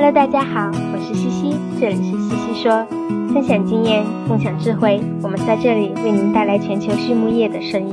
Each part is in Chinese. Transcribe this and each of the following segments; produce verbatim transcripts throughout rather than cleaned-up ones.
Hello， 大家好，我是西西，这里是西西说，分享经验，共享智慧，我们在这里为您带来全球畜牧业的声音。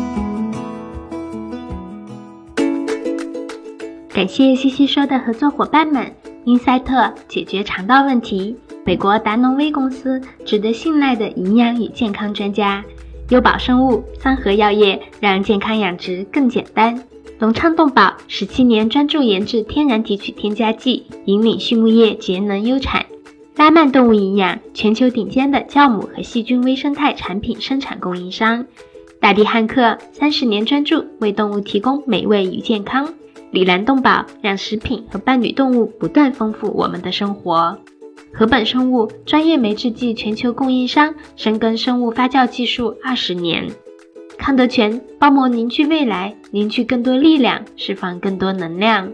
感谢西西说的合作伙伴们，英赛特解决肠道问题，美国达农威公司值得信赖的营养与健康专家，优宝生物、三和药业让健康养殖更简单。隆昌动宝十七年专注研制天然提取添加剂，引领畜牧业节能优产。拉曼动物营养全球顶尖的酵母和细菌微生态产品生产供应商。大地汉克三十年专注为动物提供美味与健康。里兰动宝让食品和伴侣动物不断丰富我们的生活。禾本生物专业酶制剂全球供应商，深耕生物发酵技术二十年。康德全包膜凝聚未来，凝聚更多力量，释放更多能量。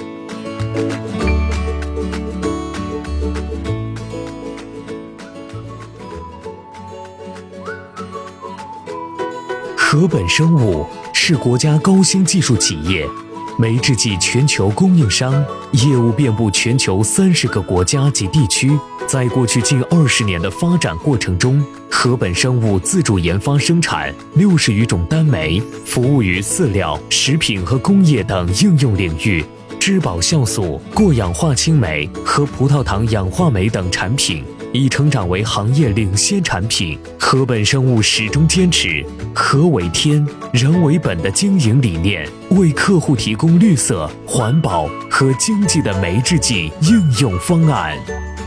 禾本生物是国家高新技术企业，酶制剂全球供应商，业务遍布全球三十个国家及地区。在过去近二十年的发展过程中，禾本生物自主研发生产六十余种单酶，服务于饲料、食品和工业等应用领域。质保酵素、过氧化氢酶和葡萄糖氧化酶等产品已成长为行业领先产品。禾本生物始终坚持禾为天、人为本的经营理念，为客户提供绿色、环保和经济的酶制剂应用方案。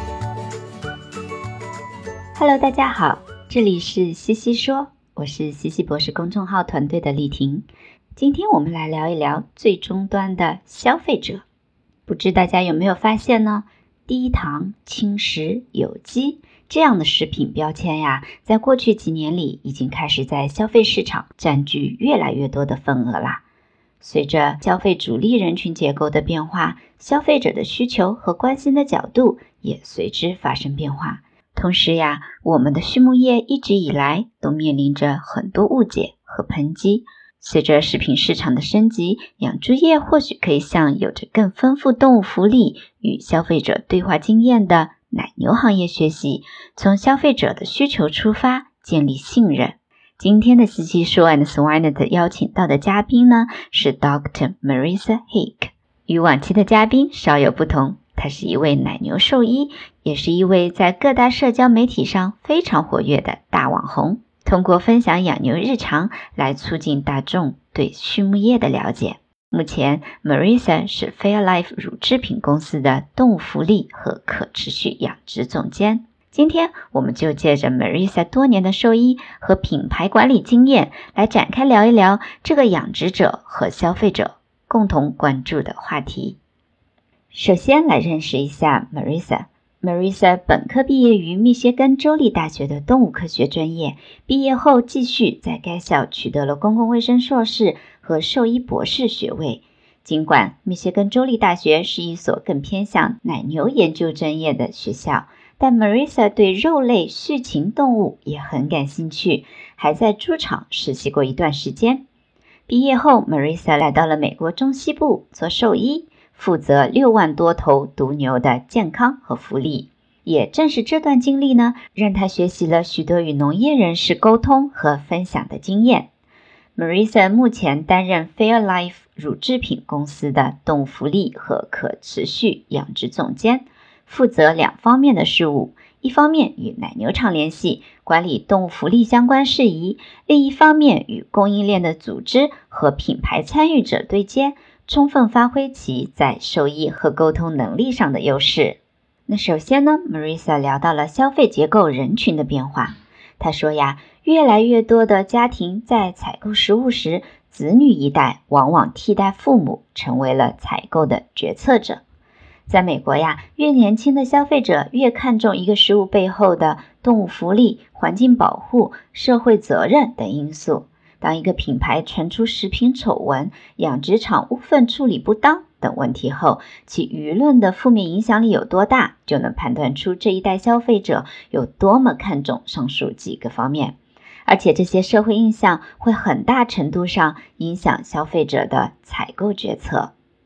Hello， 大家好，这里是西西说，我是西西博士公众号团队的丽婷。今天我们来聊一聊最终端的消费者。不知大家有没有发现呢？低糖、轻食、有机这样的食品标签呀，在过去几年里已经开始在消费市场占据越来越多的份额啦。随着消费主力人群结构的变化，消费者的需求和关心的角度也随之发生变化。同时呀，我们的畜牧业一直以来都面临着很多误解和抨击。随着食品市场的升级，养猪业或许可以向有着更丰富动物福利与消费者对话经验的奶牛行业学习，从消费者的需求出发，建立信任。今天的西西说 and Swine 邀请到的嘉宾呢，是 Doctor Marisa Hake。与往期的嘉宾稍有不同，他是一位奶牛兽医，也是一位在各大社交媒体上非常活跃的大网红，通过分享养牛日常来促进大众对畜牧业的了解。目前 Marisa 是 Fairlife 乳制品公司的动物福利和可持续养殖总监。今天我们就借着 Marisa 多年的兽医和品牌管理经验，来展开聊一聊这个养殖者和消费者共同关注的话题。首先来认识一下 Marisa。Marisa 本科毕业于密歇根州立大学的动物科学专业，毕业后继续在该校取得了公共卫生硕士和兽医博士学位。尽管密歇根州立大学是一所更偏向奶牛研究专业的学校，但 Marisa 对肉类畜禽动物也很感兴趣，还在猪场实习过一段时间。毕业后 Marisa 来到了美国中西部做兽医，负责六万多头犊牛的健康和福利。也正是这段经历呢，让他学习了许多与农业人士沟通和分享的经验。Marisa 目前担任 Fairlife 乳制品公司的动物福利和可持续养殖总监，负责两方面的事务，一方面与奶牛场联系，管理动物福利相关事宜，另一方面与供应链的组织和品牌参与者对接，充分发挥其在兽医和沟通能力上的优势。那首先呢 Marisa 聊到了消费结构人群的变化。她说呀，越来越多的家庭在采购食物时，子女一代往往替代父母成为了采购的决策者。在美国呀，越年轻的消费者越看重一个食物背后的动物福利、环境保护、社会责任等因素。当一个品牌传出食品丑闻、养殖场污粪处理不当等问题后，其舆论的负面影响力有多大，就能判断出这一代消费者有多么看重上述几个方面。而且这些社会印象会很大程度上影响消费者的采购决策。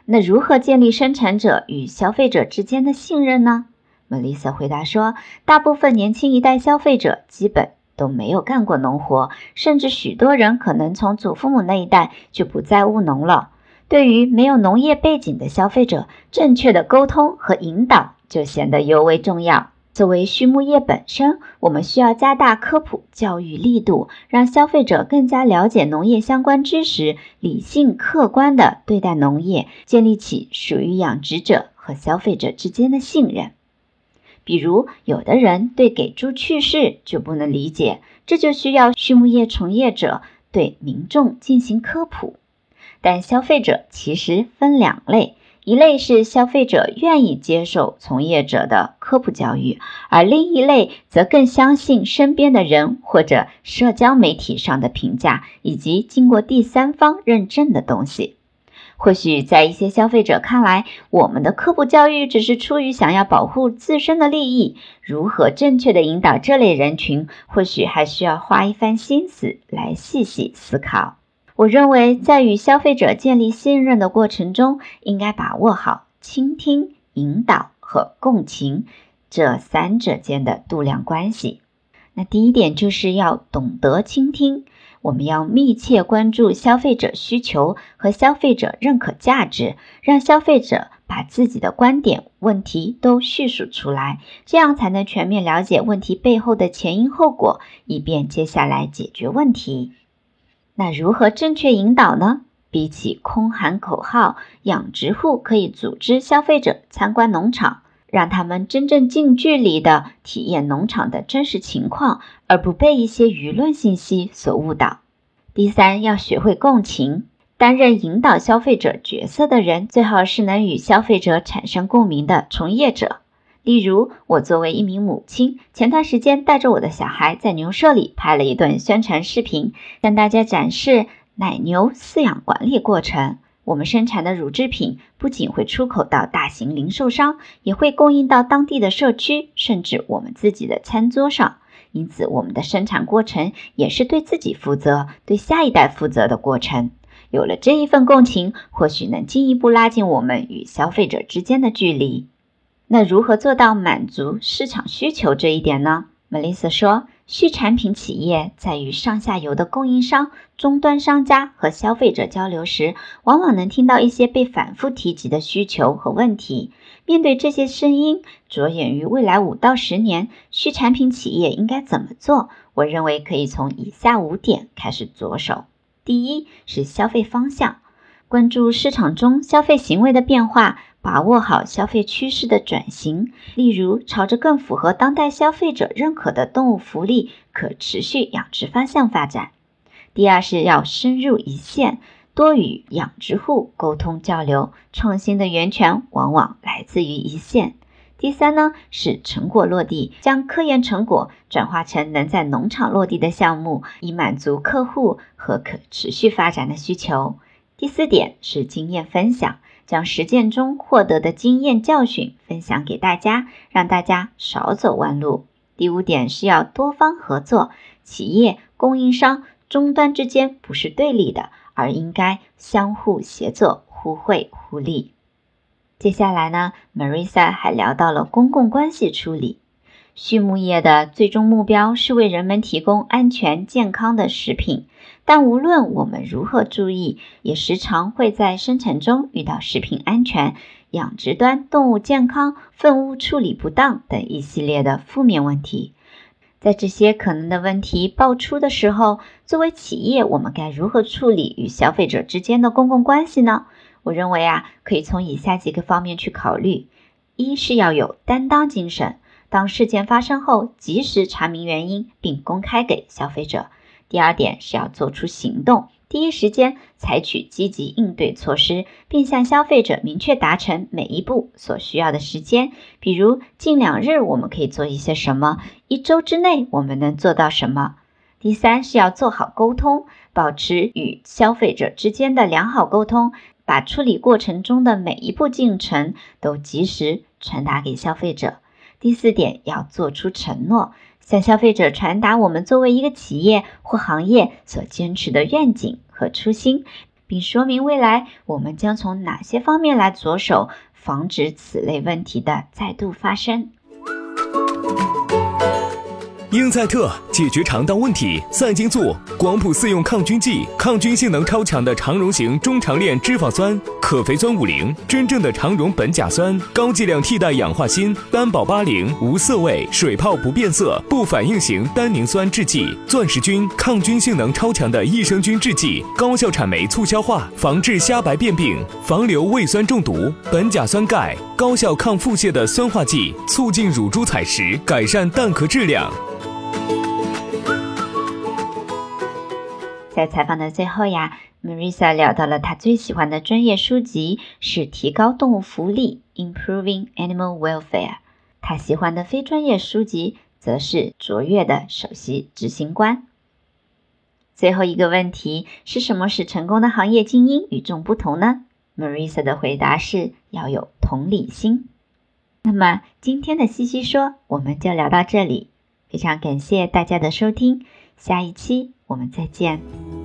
那如何建立生产者与消费者之间的信任呢？ Melissa 回答说，大部分年轻一代消费者基本都没有干过农活，甚至许多人可能从祖父母那一代就不再务农了。对于没有农业背景的消费者，正确的沟通和引导就显得尤为重要。作为畜牧业本身，我们需要加大科普教育力度，让消费者更加了解农业相关知识，理性客观地对待农业，建立起属于养殖者和消费者之间的信任。比如，有的人对给猪去势就不能理解，这就需要畜牧业从业者对民众进行科普。但消费者其实分两类，一类是消费者愿意接受从业者的科普教育，而另一类则更相信身边的人或者社交媒体上的评价，以及经过第三方认证的东西。或许在一些消费者看来，我们的科普教育只是出于想要保护自身的利益，如何正确地引导这类人群，或许还需要花一番心思来细细思考。我认为在与消费者建立信任的过程中，应该把握好倾听、引导和共情这三者间的度量关系。那第一点就是要懂得倾听，我们要密切关注消费者需求和消费者认可价值，让消费者把自己的观点、问题都叙述出来，这样才能全面了解问题背后的前因后果，以便接下来解决问题。那如何正确引导呢？比起空喊口号，养殖户可以组织消费者参观农场，让他们真正近距离地体验农场的真实情况，而不被一些舆论信息所误导。第三，要学会共情。担任引导消费者角色的人，最好是能与消费者产生共鸣的从业者。例如，我作为一名母亲，前段时间带着我的小孩在牛舍里拍了一段宣传视频，向大家展示奶牛饲养管理过程。我们生产的乳制品不仅会出口到大型零售商，也会供应到当地的社区，甚至我们自己的餐桌上。因此，我们的生产过程也是对自己负责、对下一代负责的过程。有了这一份共情，或许能进一步拉近我们与消费者之间的距离。那如何做到满足市场需求这一点呢？ Melissa 说，畜产品企业在与上下游的供应商、终端商家和消费者交流时，往往能听到一些被反复提及的需求和问题。面对这些声音，着眼于未来五到十年，畜产品企业应该怎么做？我认为可以从以下五点开始着手。第一是消费方向，关注市场中消费行为的变化，把握好消费趋势的转型，例如朝着更符合当代消费者认可的动物福利、可持续养殖方向发展。第二是要深入一线，多与养殖户沟通交流，创新的源泉往往来自于一线。第三呢，是成果落地，将科研成果转化成能在农场落地的项目，以满足客户和可持续发展的需求。第四点是经验分享，将实践中获得的经验教训分享给大家，让大家少走弯路。第五点是要多方合作，企业、供应商、终端之间不是对立的，而应该相互协作，互惠互利。接下来呢 Marissa 还聊到了公共关系处理。畜牧业的最终目标是为人们提供安全健康的食品，但无论我们如何注意，也时常会在生产中遇到食品安全、养殖端动物健康、粪污处理不当等一系列的负面问题。在这些可能的问题爆出的时候，作为企业，我们该如何处理与消费者之间的公共关系呢？我认为啊，可以从以下几个方面去考虑。一是要有担当精神，当事件发生后，及时查明原因并公开给消费者。第二点是要做出行动，第一时间采取积极应对措施，并向消费者明确达成每一步所需要的时间，比如近两日我们可以做一些什么，一周之内我们能做到什么。第三是要做好沟通，保持与消费者之间的良好沟通，把处理过程中的每一步进程都及时传达给消费者。第四点，要做出承诺，向消费者传达我们作为一个企业或行业所坚持的愿景和初心，并并说明未来我们将从哪些方面来着手，防止此类问题的再度发生。 英赛特解决肠道问题，赛金素广谱四用抗菌剂，抗菌性能超强的肠溶型中长链脂肪酸，可肥酸五零，真正的肠溶苯甲酸，高剂量替代氧化锌，单保八零，无涩味，水泡不变色，不反应型单宁酸制剂，钻石菌抗菌性能超强的益生菌制剂，高效产酶促消化，防治虾白变病，防流胃酸中毒，苯甲酸钙，高效抗腹泻的酸化剂，促进乳猪采食，改善蛋壳质量。 在采访的最后呀 Marisa 聊到了她最喜欢的专业书籍是提高动物福利 Improving Animal Welfare， 她喜欢的非专业书籍则是卓越的首席执行官。最后一个问题是什么使成功的行业精英与众不同呢？ Marisa 的回答是要有同理心。那么今天的西西说我们就聊到这里，非常感谢大家的收听，下一期我们再见。